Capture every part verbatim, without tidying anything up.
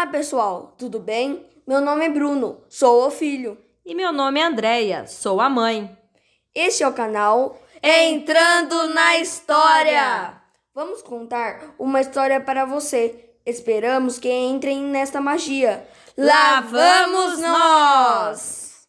Olá, pessoal, tudo bem? Meu nome é Bruno, sou o filho. E meu nome é Andréia, sou a mãe. Este é o canal Entrando na História. Vamos contar uma história para você. Esperamos que entrem nesta magia. Lá vamos nós!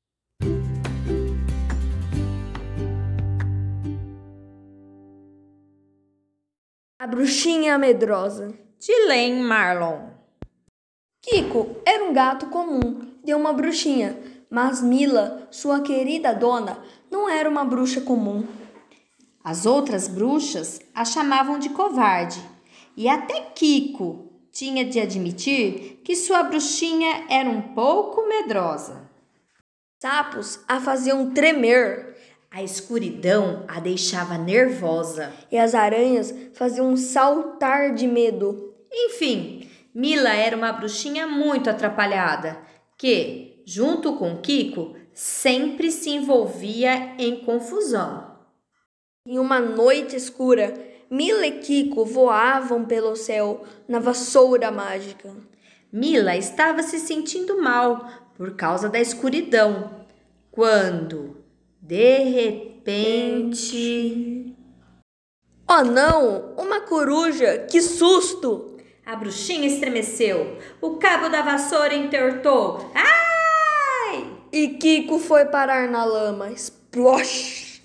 A Bruxinha Medrosa, de Len Marlon. Kiko era um gato comum de uma bruxinha, mas Mila, sua querida dona, não era uma bruxa comum. As outras bruxas a chamavam de covarde, e até Kiko tinha de admitir que sua bruxinha era um pouco medrosa. Sapos a faziam tremer, a escuridão a deixava nervosa e as aranhas faziam saltar de medo. Enfim, Mila era uma bruxinha muito atrapalhada, que, junto com Kiko, sempre se envolvia em confusão. Em uma noite escura, Mila e Kiko voavam pelo céu na vassoura mágica. Mila estava se sentindo mal por causa da escuridão, quando, de repente... Oh não! Uma coruja! Que susto! A bruxinha estremeceu. O cabo da vassoura entortou. Ai! E Kiko foi parar na lama. Splosh!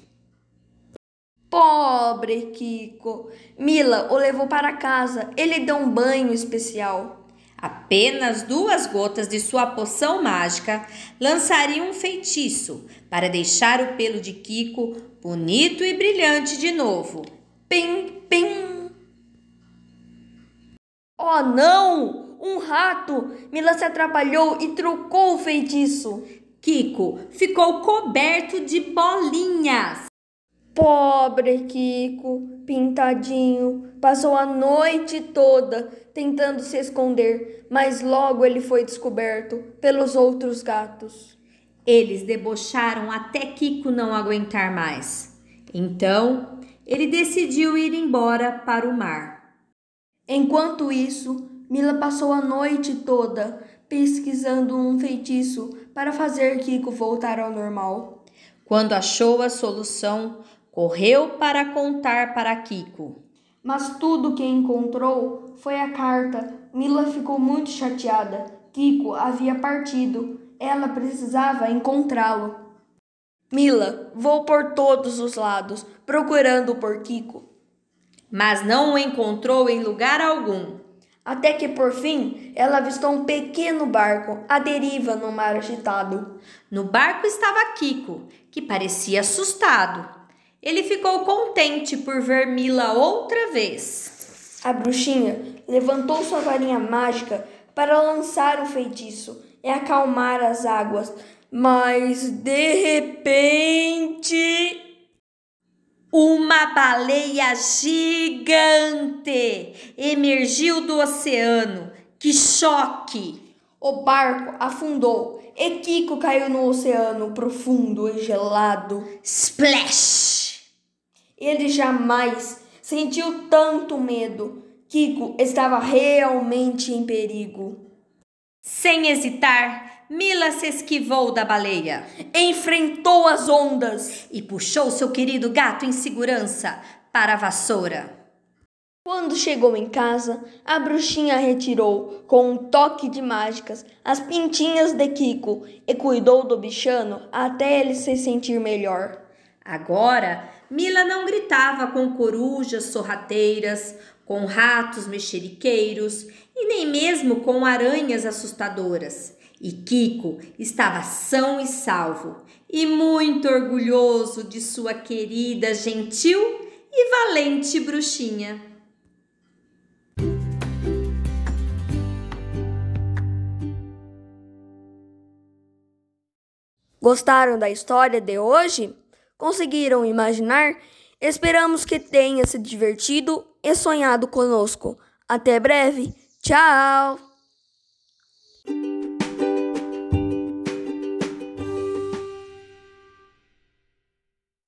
Pobre Kiko! Mila o levou para casa. Ele deu um banho especial. Apenas duas gotas de sua poção mágica lançariam um feitiço para deixar o pelo de Kiko bonito e brilhante de novo. Pim, pim! Oh não! Um rato! Mila se atrapalhou e trocou o feitiço. Kiko ficou coberto de bolinhas. Pobre Kiko, pintadinho, passou a noite toda tentando se esconder, mas logo ele foi descoberto pelos outros gatos. Eles debocharam até Kiko não aguentar mais. Então, ele decidiu ir embora para o mar. Enquanto isso, Mila passou a noite toda pesquisando um feitiço para fazer Kiko voltar ao normal. Quando achou a solução, correu para contar para Kiko. Mas tudo que encontrou foi a carta. Mila ficou muito chateada. Kiko havia partido. Ela precisava encontrá-lo. Mila voou por todos os lados, procurando por Kiko. Mas não o encontrou em lugar algum. Até que, por fim, ela avistou um pequeno barco à deriva no mar agitado. No barco estava Kiko, que parecia assustado. Ele ficou contente por ver Mila outra vez. A bruxinha levantou sua varinha mágica para lançar o feitiço e acalmar as águas. Mas, de repente... Uma baleia gigante emergiu do oceano. Que choque! O barco afundou e Kiko caiu no oceano profundo e gelado. Splash! Ele jamais sentiu tanto medo. Kiko estava realmente em perigo. Sem hesitar, Mila se esquivou da baleia, enfrentou as ondas e puxou seu querido gato em segurança para a vassoura. Quando chegou em casa, a bruxinha retirou, com um toque de mágicas, as pintinhas de Kiko e cuidou do bichano até ele se sentir melhor. Agora, Mila não gritava com corujas sorrateiras, com ratos mexeriqueiros e nem mesmo com aranhas assustadoras. E Kiko estava são e salvo e muito orgulhoso de sua querida, gentil e valente bruxinha. Gostaram da história de hoje? Conseguiram imaginar? Esperamos que tenha se divertido e sonhado conosco. Até breve. Tchau!